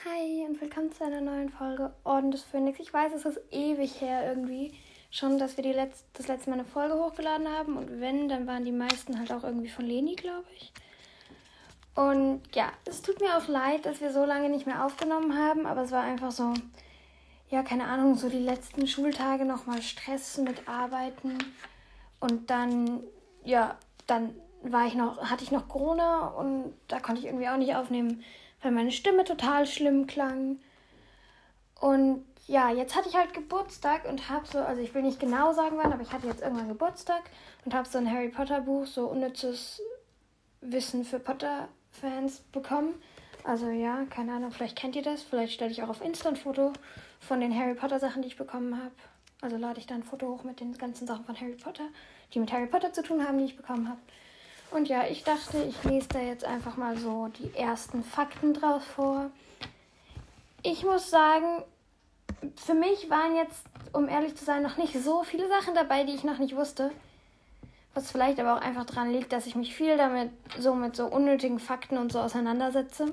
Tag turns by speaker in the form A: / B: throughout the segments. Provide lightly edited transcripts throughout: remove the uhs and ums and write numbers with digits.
A: Hi und willkommen zu einer neuen Folge Orden des Phönix. Ich weiß, es ist ewig her irgendwie schon, dass wir das letzte Mal eine Folge hochgeladen haben. Und wenn, dann waren die meisten halt auch irgendwie von Leni, glaube ich. Und ja, es tut mir auch leid, dass wir so lange nicht mehr aufgenommen haben. Aber es war einfach so, ja, keine Ahnung, so die letzten Schultage nochmal Stress mit Arbeiten. Und dann, ja, dann hatte ich noch Corona und da konnte ich irgendwie auch nicht aufnehmen, weil meine Stimme total schlimm klang. Und ja, jetzt hatte ich halt Geburtstag und habe so, also ich will nicht genau sagen wann, aber ich hatte jetzt irgendwann Geburtstag und habe so ein Harry Potter Buch, so unnützes Wissen für Potter-Fans bekommen. Also ja, keine Ahnung, vielleicht kennt ihr das. Vielleicht stelle ich auch auf Insta ein Foto von den Harry Potter Sachen, die ich bekommen habe. Also lade ich da ein Foto hoch mit den ganzen Sachen von Harry Potter, die mit Harry Potter zu tun haben, die ich bekommen habe. Und ja, ich dachte, ich lese da jetzt einfach mal so die ersten Fakten draus vor. Ich muss sagen, für mich waren jetzt, um ehrlich zu sein, noch nicht so viele Sachen dabei, die ich noch nicht wusste. Was vielleicht aber auch einfach daran liegt, dass ich mich viel damit so mit so unnötigen Fakten und so auseinandersetze.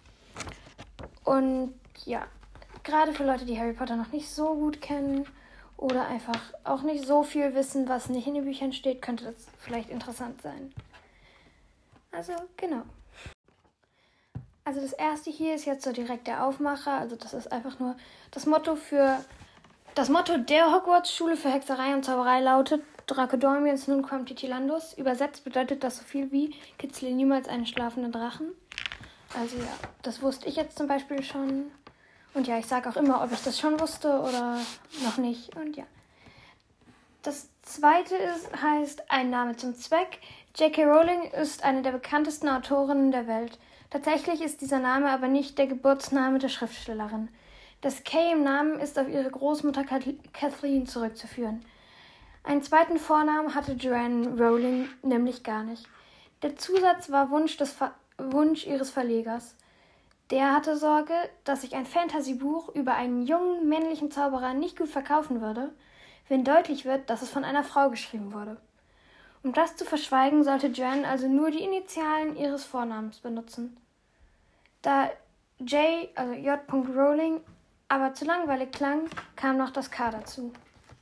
A: Und ja, gerade für Leute, die Harry Potter noch nicht so gut kennen oder einfach auch nicht so viel wissen, was nicht in den Büchern steht, könnte das vielleicht interessant sein. Also, genau. Also das erste hier ist jetzt so direkt der Aufmacher. Also das ist einfach nur das Motto der Hogwarts-Schule für Hexerei und Zauberei lautet Draco Dormiens nunquam titilandus. Übersetzt bedeutet das so viel wie kitzle niemals einen schlafenden Drachen. Also ja, das wusste ich jetzt zum Beispiel schon. Und ja, ich sage auch immer, ob ich das schon wusste oder noch nicht. Und ja. Das zweite heißt Ein Name zum Zweck. J.K. Rowling ist eine der bekanntesten Autorinnen der Welt. Tatsächlich ist dieser Name aber nicht der Geburtsname der Schriftstellerin. Das K im Namen ist auf ihre Großmutter Kathleen zurückzuführen. Einen zweiten Vornamen hatte Joanne Rowling nämlich gar nicht. Der Zusatz war Wunsch ihres Verlegers. Der hatte Sorge, dass sich ein Fantasy-Buch über einen jungen, männlichen Zauberer nicht gut verkaufen würde, wenn deutlich wird, dass es von einer Frau geschrieben wurde. Um das zu verschweigen, sollte Joanne also nur die Initialen ihres Vornamens benutzen. Da J. Rowling, aber zu langweilig klang, kam noch das K dazu.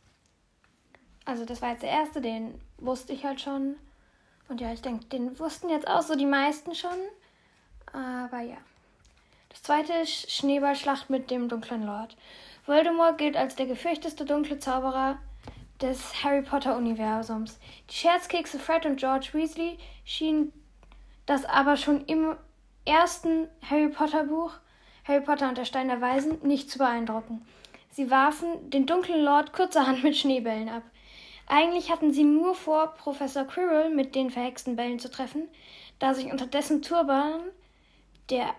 A: Also das war jetzt der erste, den wusste ich halt schon. Und ja, ich denke, den wussten jetzt auch so die meisten schon. Aber ja. Das zweite ist Schneeballschlacht mit dem dunklen Lord. Voldemort gilt als der gefürchteste dunkle Zauberer des Harry Potter-Universums. Die Scherzkekse Fred und George Weasley schienen das aber schon im ersten Harry Potter-Buch, Harry Potter und der Stein der Weisen, nicht zu beeindrucken. Sie warfen den dunklen Lord kurzerhand mit Schneebällen ab. Eigentlich hatten sie nur vor, Professor Quirrell mit den verhexten Bällen zu treffen, da sich unter dessen Turban, der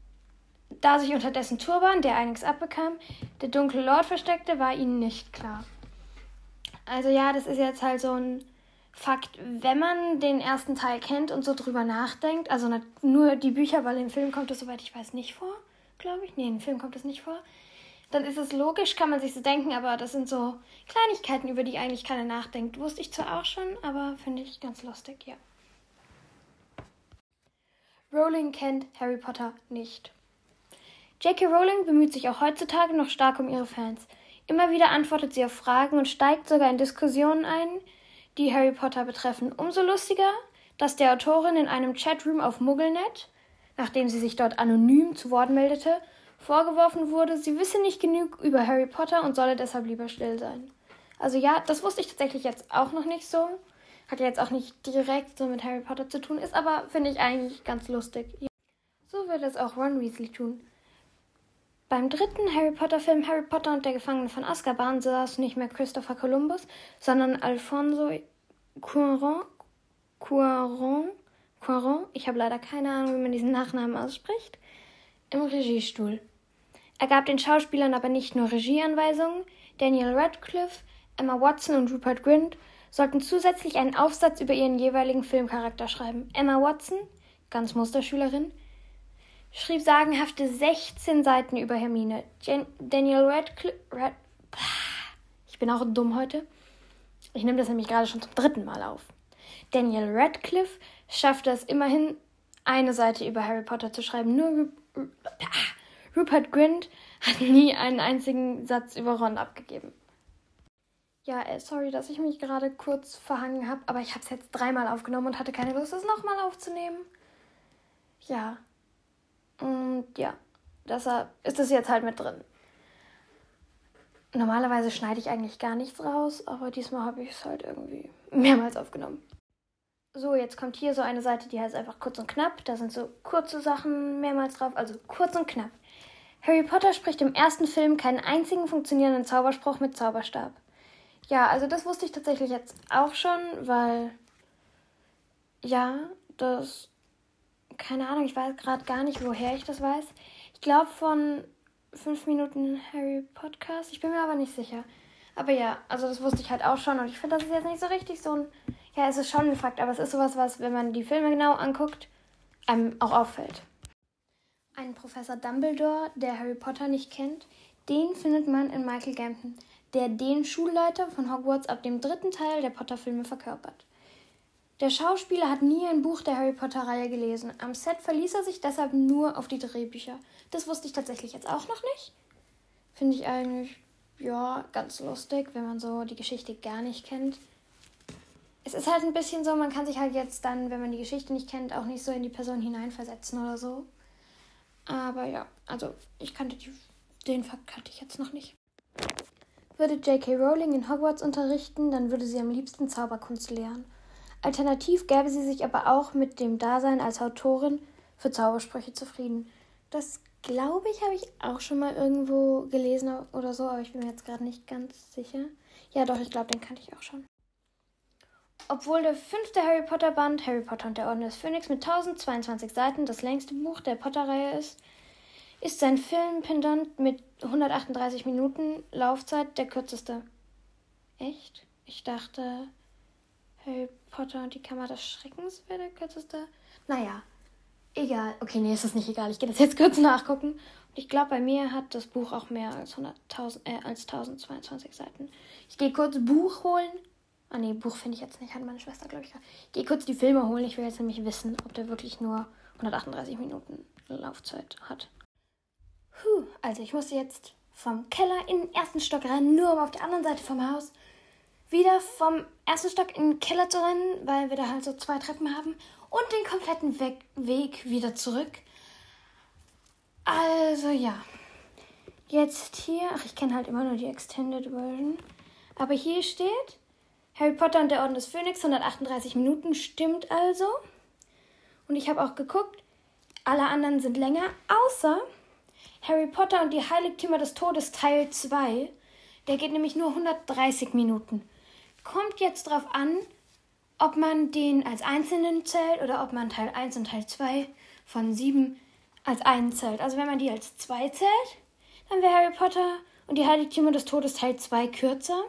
A: einiges abbekam, der dunkle Lord versteckte, war ihnen nicht klar. Also ja, das ist jetzt halt so ein Fakt, wenn man den ersten Teil kennt und so drüber nachdenkt, also nur die Bücher, weil im Film kommt das, soweit ich weiß, nicht vor, glaube ich. Nee, im Film kommt das nicht vor. Dann ist es logisch, kann man sich so denken, aber das sind so Kleinigkeiten, über die eigentlich keiner nachdenkt. Wusste ich zwar auch schon, aber finde ich ganz lustig, ja. Rowling kennt Harry Potter nicht. J.K. Rowling bemüht sich auch heutzutage noch stark um ihre Fans. Immer wieder antwortet sie auf Fragen und steigt sogar in Diskussionen ein, die Harry Potter betreffen. Umso lustiger, dass der Autorin in einem Chatroom auf MuggleNet, nachdem sie sich dort anonym zu Wort meldete, vorgeworfen wurde, sie wisse nicht genug über Harry Potter und solle deshalb lieber still sein. Also ja, das wusste ich tatsächlich jetzt auch noch nicht so. Hat ja jetzt auch nicht direkt so mit Harry Potter zu tun, ist aber, finde ich, eigentlich ganz lustig. So würde es auch Ron Weasley tun. Beim dritten Harry Potter-Film Harry Potter und der Gefangene von Azkaban saß nicht mehr Christopher Columbus, sondern Alfonso Cuarón. Ich habe leider keine Ahnung, wie man diesen Nachnamen ausspricht, im Regiestuhl. Er gab den Schauspielern aber nicht nur Regieanweisungen. Daniel Radcliffe, Emma Watson und Rupert Grint sollten zusätzlich einen Aufsatz über ihren jeweiligen Filmcharakter schreiben. Emma Watson, ganz Musterschülerin, schrieb sagenhafte 16 Seiten über Hermine. Daniel Radcliffe... Ich bin auch dumm heute. Ich nehme das nämlich gerade schon zum 3. Mal auf. Daniel Radcliffe schaffte es immerhin, eine Seite über Harry Potter zu schreiben. Nur Rupert Grint hat nie einen einzigen Satz über Ron abgegeben. Ja, sorry, dass ich mich gerade kurz verhangen habe, aber ich habe es jetzt 3-mal aufgenommen und hatte keine Lust, es nochmal aufzunehmen. Ja. Und ja, deshalb ist es jetzt halt mit drin. Normalerweise schneide ich eigentlich gar nichts raus, aber diesmal habe ich es halt irgendwie mehrmals aufgenommen. So, jetzt kommt hier so eine Seite, die heißt einfach kurz und knapp. Da sind so kurze Sachen mehrmals drauf, also kurz und knapp. Harry Potter spricht im ersten Film keinen einzigen funktionierenden Zauberspruch mit Zauberstab. Ja, also das wusste ich tatsächlich jetzt auch schon, weil, ja, keine Ahnung, ich weiß gerade gar nicht, woher ich das weiß. Ich glaube von 5 Minuten Harry Podcast, ich bin mir aber nicht sicher. Aber ja, also das wusste ich halt auch schon und ich finde, das ist jetzt nicht so richtig so ein, ja, es ist schon ein Fakt, aber es ist sowas, was, wenn man die Filme genau anguckt, einem auch auffällt. Einen Professor Dumbledore, der Harry Potter nicht kennt, den findet man in Michael Gambon, der den Schulleiter von Hogwarts ab dem 3. Teil der Potter-Filme verkörpert. Der Schauspieler hat nie ein Buch der Harry Potter-Reihe gelesen. Am Set verließ er sich deshalb nur auf die Drehbücher. Das wusste ich tatsächlich jetzt auch noch nicht. Finde ich eigentlich, ja, ganz lustig, wenn man so die Geschichte gar nicht kennt. Es ist halt ein bisschen so, man kann sich halt jetzt dann, wenn man die Geschichte nicht kennt, auch nicht so in die Person hineinversetzen oder so. Aber ja, also den Fakt kannte ich jetzt noch nicht. Würde J.K. Rowling in Hogwarts unterrichten, dann würde sie am liebsten Zauberkunst lehren. Alternativ gäbe sie sich aber auch mit dem Dasein als Autorin für Zaubersprüche zufrieden. Das, glaube ich, habe ich auch schon mal irgendwo gelesen oder so, aber ich bin mir jetzt gerade nicht ganz sicher. Ja doch, ich glaube, den kannte ich auch schon. Obwohl der 5. Harry Potter Band, Harry Potter und der Orden des Phönix, mit 1022 Seiten das längste Buch der Potter-Reihe ist sein Film-Pendant mit 138 Minuten Laufzeit der kürzeste. Echt? Ich dachte, Harry Potter und die Kammer des Schreckens wäre der kürzeste. Naja, egal. Okay, nee, ist das nicht egal. Ich gehe das jetzt kurz nachgucken. Und ich glaube, bei mir hat das Buch auch mehr als 1022 Seiten. Ich gehe kurz Buch holen. Ah nee, Buch finde ich jetzt nicht, hat meine Schwester, glaube ich. Ich gehe kurz die Filme holen. Ich will jetzt nämlich wissen, ob der wirklich nur 138 Minuten Laufzeit hat. Also ich musste jetzt vom Keller in den 1. Stock rennen, nur um auf der anderen Seite vom Haus wieder vom 1. Stock in den Keller zu rennen, weil wir da halt so 2 Treppen haben und den kompletten Weg wieder zurück. Also ja, jetzt hier, ich kenne halt immer nur die Extended Version, aber hier steht Harry Potter und der Orden des Phönix, 138 Minuten, stimmt also. Und ich habe auch geguckt, alle anderen sind länger, außer Harry Potter und die Heiligtümer des Todes Teil 2. Der geht nämlich nur 130 Minuten. Kommt jetzt drauf an, ob man den als einzelnen zählt oder ob man Teil 1 und Teil 2 von 7 als einen zählt. Also wenn man die als 2 zählt, dann wäre Harry Potter und die Heiligtümer des Todes Teil 2 kürzer.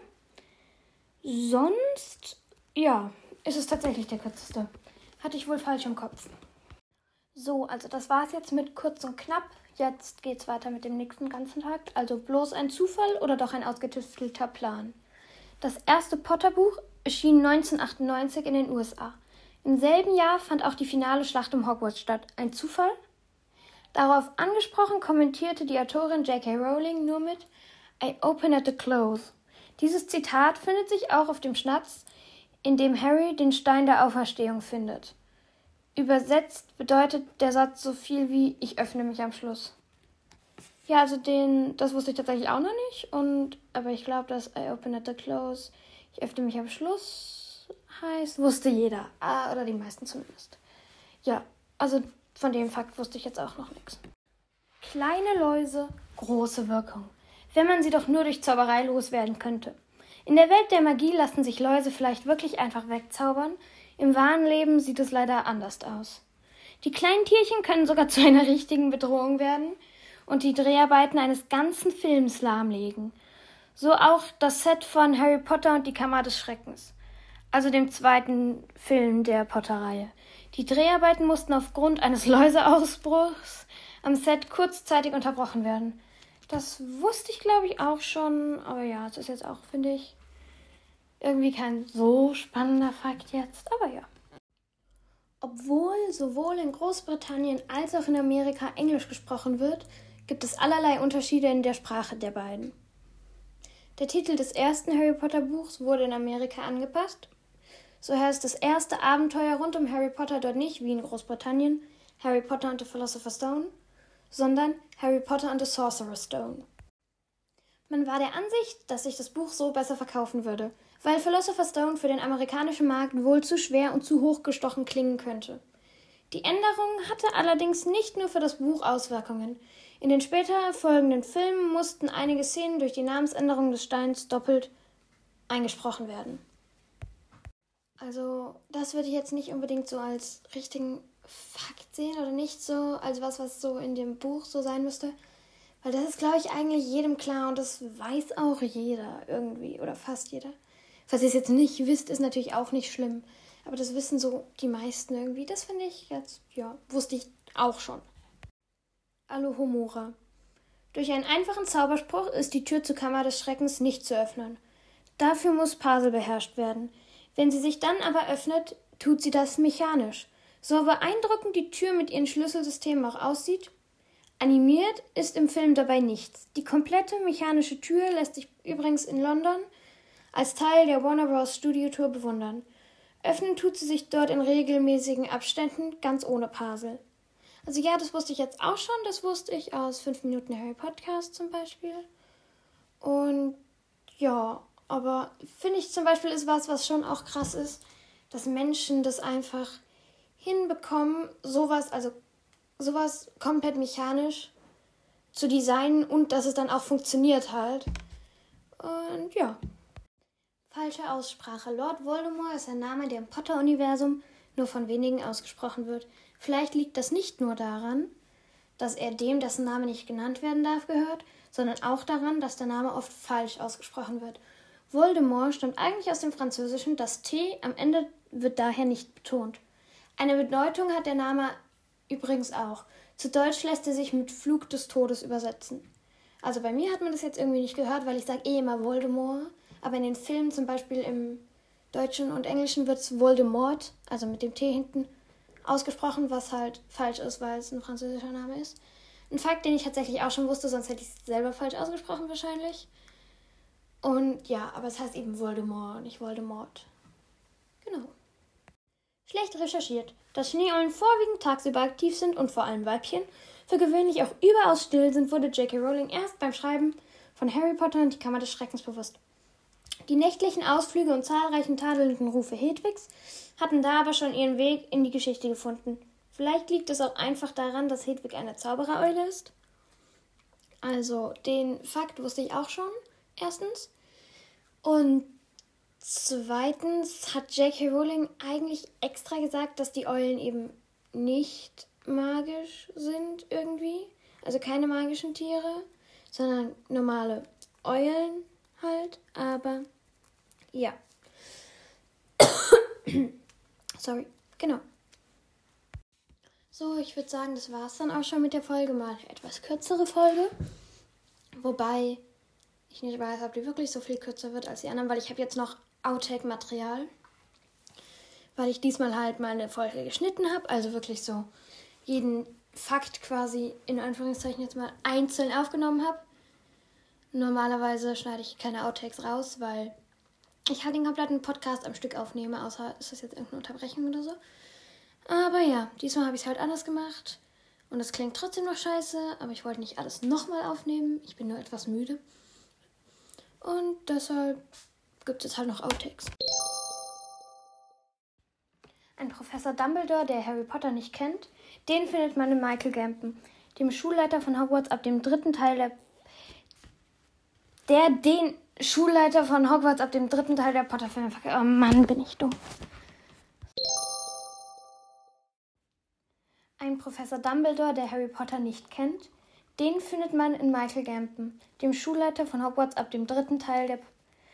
A: Sonst, ja, ist es tatsächlich der kürzeste. Hatte ich wohl falsch im Kopf. So, also das war's jetzt mit kurz und knapp. Jetzt geht's weiter mit dem nächsten ganzen Tag. Also bloß ein Zufall oder doch ein ausgetüftelter Plan? Das erste Potter-Buch erschien 1998 in den USA. Im selben Jahr fand auch die finale Schlacht um Hogwarts statt. Ein Zufall? Darauf angesprochen kommentierte die Autorin J.K. Rowling nur mit I open at the close. Dieses Zitat findet sich auch auf dem Schnatz, in dem Harry den Stein der Auferstehung findet. Übersetzt bedeutet der Satz so viel wie ich öffne mich am Schluss. Ja, also das wusste ich tatsächlich auch noch nicht. Aber ich glaube, dass I open at the close, ich öffne mich am Schluss heißt, wusste jeder. Oder die meisten zumindest. Ja, also von dem Fakt wusste ich jetzt auch noch nichts. Kleine Läuse, große Wirkung. Wenn man sie doch nur durch Zauberei loswerden könnte. In der Welt der Magie lassen sich Läuse vielleicht wirklich einfach wegzaubern. Im wahren Leben sieht es leider anders aus. Die kleinen Tierchen können sogar zu einer richtigen Bedrohung werden und die Dreharbeiten eines ganzen Films lahmlegen. So auch das Set von Harry Potter und die Kammer des Schreckens, also dem 2. Film der Potter-Reihe. Die Dreharbeiten mussten aufgrund eines Läuseausbruchs am Set kurzzeitig unterbrochen werden. Das wusste ich, glaube ich, auch schon, aber ja, es ist jetzt auch, finde ich, irgendwie kein so spannender Fakt jetzt, aber ja. Obwohl sowohl in Großbritannien als auch in Amerika Englisch gesprochen wird, gibt es allerlei Unterschiede in der Sprache der beiden. Der Titel des ersten Harry Potter Buchs wurde in Amerika angepasst. So heißt das erste Abenteuer rund um Harry Potter dort nicht, wie in Großbritannien, Harry Potter and the Philosopher's Stone, sondern Harry Potter and the Sorcerer's Stone. Man war der Ansicht, dass sich das Buch so besser verkaufen würde, weil Philosopher's Stone für den amerikanischen Markt wohl zu schwer und zu hochgestochen klingen könnte. Die Änderung hatte allerdings nicht nur für das Buch Auswirkungen. In den später folgenden Filmen mussten einige Szenen durch die Namensänderung des Steins doppelt eingesprochen werden. Also, das würde ich jetzt nicht unbedingt so als richtigen Fakt sehen oder nicht so als was so in dem Buch so sein müsste. Weil das ist, glaube ich, eigentlich jedem klar und das weiß auch jeder irgendwie oder fast jeder. Falls ihr es jetzt nicht wisst, ist natürlich auch nicht schlimm. Aber das wissen so die meisten irgendwie. Das finde ich jetzt, ja, wusste ich auch schon. Alohomora. Durch einen einfachen Zauberspruch ist die Tür zur Kammer des Schreckens nicht zu öffnen. Dafür muss Parsel beherrscht werden. Wenn sie sich dann aber öffnet, tut sie das mechanisch. So beeindruckend die Tür mit ihren Schlüsselsystemen auch aussieht, animiert ist im Film dabei nichts. Die komplette mechanische Tür lässt sich übrigens in London als Teil der Warner Bros. Studio Tour bewundern. Öffnen tut sie sich dort in regelmäßigen Abständen, ganz ohne Parsel. Also ja, das wusste ich jetzt auch schon. Das wusste ich aus 5 Minuten Harry Podcast zum Beispiel. Und ja, aber finde ich zum Beispiel ist was schon auch krass ist, dass Menschen das einfach hinbekommen, sowas komplett mechanisch zu designen und dass es dann auch funktioniert halt. Und ja. Falsche Aussprache. Lord Voldemort ist ein Name, der im Potter-Universum nur von wenigen ausgesprochen wird. Vielleicht liegt das nicht nur daran, dass er dem, dessen Name nicht genannt werden darf, gehört, sondern auch daran, dass der Name oft falsch ausgesprochen wird. Voldemort stammt eigentlich aus dem Französischen, das T am Ende wird daher nicht betont. Eine Bedeutung hat der Name übrigens auch. Zu Deutsch lässt er sich mit Flug des Todes übersetzen. Also bei mir hat man das jetzt irgendwie nicht gehört, weil ich sage immer Voldemort, aber in den Filmen zum Beispiel im Deutschen und Englischen wird es Voldemort, also mit dem T hinten, ausgesprochen, was halt falsch ist, weil es ein französischer Name ist. Ein Fakt, den ich tatsächlich auch schon wusste, sonst hätte ich es selber falsch ausgesprochen wahrscheinlich. Und ja, aber es heißt eben Voldemort, nicht Voldemort. Genau. Schlecht recherchiert. Dass Schneeeulen vorwiegend tagsüber aktiv sind und vor allem Weibchen für gewöhnlich auch überaus still sind, wurde J.K. Rowling erst beim Schreiben von Harry Potter und die Kammer des Schreckens bewusst. Die nächtlichen Ausflüge und zahlreichen tadelnden Rufe Hedwigs hatten da aber schon ihren Weg in die Geschichte gefunden. Vielleicht liegt es auch einfach daran, dass Hedwig eine Zauberereule ist. Also, den Fakt wusste ich auch schon, erstens. Und zweitens hat J.K. Rowling eigentlich extra gesagt, dass die Eulen eben nicht magisch sind irgendwie. Also keine magischen Tiere, sondern normale Eulen halt. Aber ja. Sorry, genau. So, ich würde sagen, das war's dann auch schon mit der Folge. Mal eine etwas kürzere Folge. Wobei ich nicht weiß, ob die wirklich so viel kürzer wird als die anderen, weil ich habe jetzt noch Outtake-Material. Weil ich diesmal halt mal eine Folge geschnitten habe. Also wirklich so jeden Fakt quasi in Anführungszeichen jetzt mal einzeln aufgenommen habe. Normalerweise schneide ich keine Outtakes raus, weil ich halt den kompletten Podcast am Stück aufnehme, außer ist das jetzt irgendeine Unterbrechung oder so. Aber ja, diesmal habe ich es halt anders gemacht. Und es klingt trotzdem noch scheiße, aber ich wollte nicht alles nochmal aufnehmen. Ich bin nur etwas müde. Und deshalb gibt es halt noch Outtakes. Ein Professor Dumbledore, der Harry Potter nicht kennt, den findet man in Michael Gambon, dem Schulleiter von Hogwarts ab dem dritten Teil den Schulleiter von Hogwarts ab dem dritten Teil der Potter-Filme. Oh Mann, bin ich dumm. Ein Professor Dumbledore, der Harry Potter nicht kennt, den findet man in Michael Gambon, dem Schulleiter von Hogwarts ab dem dritten Teil der...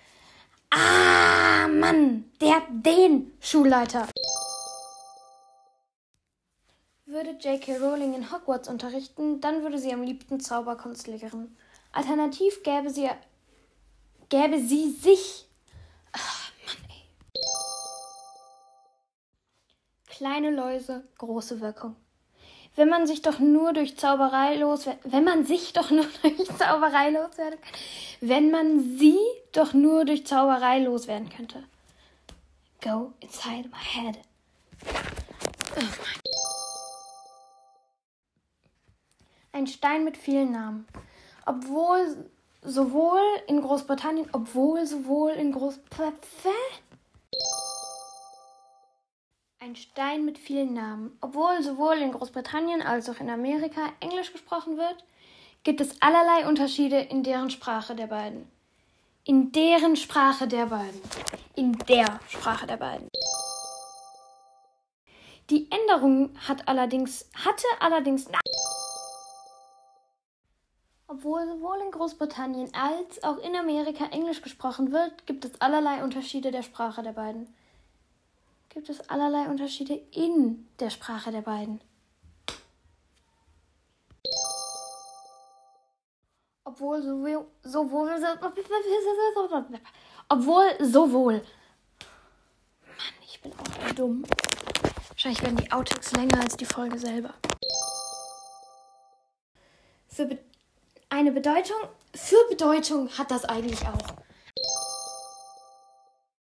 A: den Schulleiter. Würde J.K. Rowling in Hogwarts unterrichten, dann würde sie am liebsten Zauberkunst lehren. Alternativ gäbe sie sich... Kleine Läuse, große Wirkung. Wenn man sich doch nur durch Zauberei loswerden kann. Wenn man sich doch nur durch Zauberei loswerden kann. Wenn man sie doch nur durch Zauberei loswerden könnte. Go inside my head. Oh mein. Ein Stein mit vielen Namen. Obwohl sowohl in Großbritannien Ein Stein mit vielen Namen. Obwohl sowohl in Großbritannien als auch in Amerika Englisch gesprochen wird, gibt es allerlei Unterschiede in deren Sprache der beiden. In der Sprache der beiden. Die Änderung hatte allerdings Obwohl sowohl in Großbritannien als auch in Amerika Englisch gesprochen wird, gibt es allerlei Unterschiede der Sprache der beiden. Gibt es allerlei Unterschiede in der Sprache der beiden. Obwohl sowohl. Mann, ich bin auch dumm. Wahrscheinlich werden die Outtakes länger als die Folge selber. Für Bedeutung hat das eigentlich auch.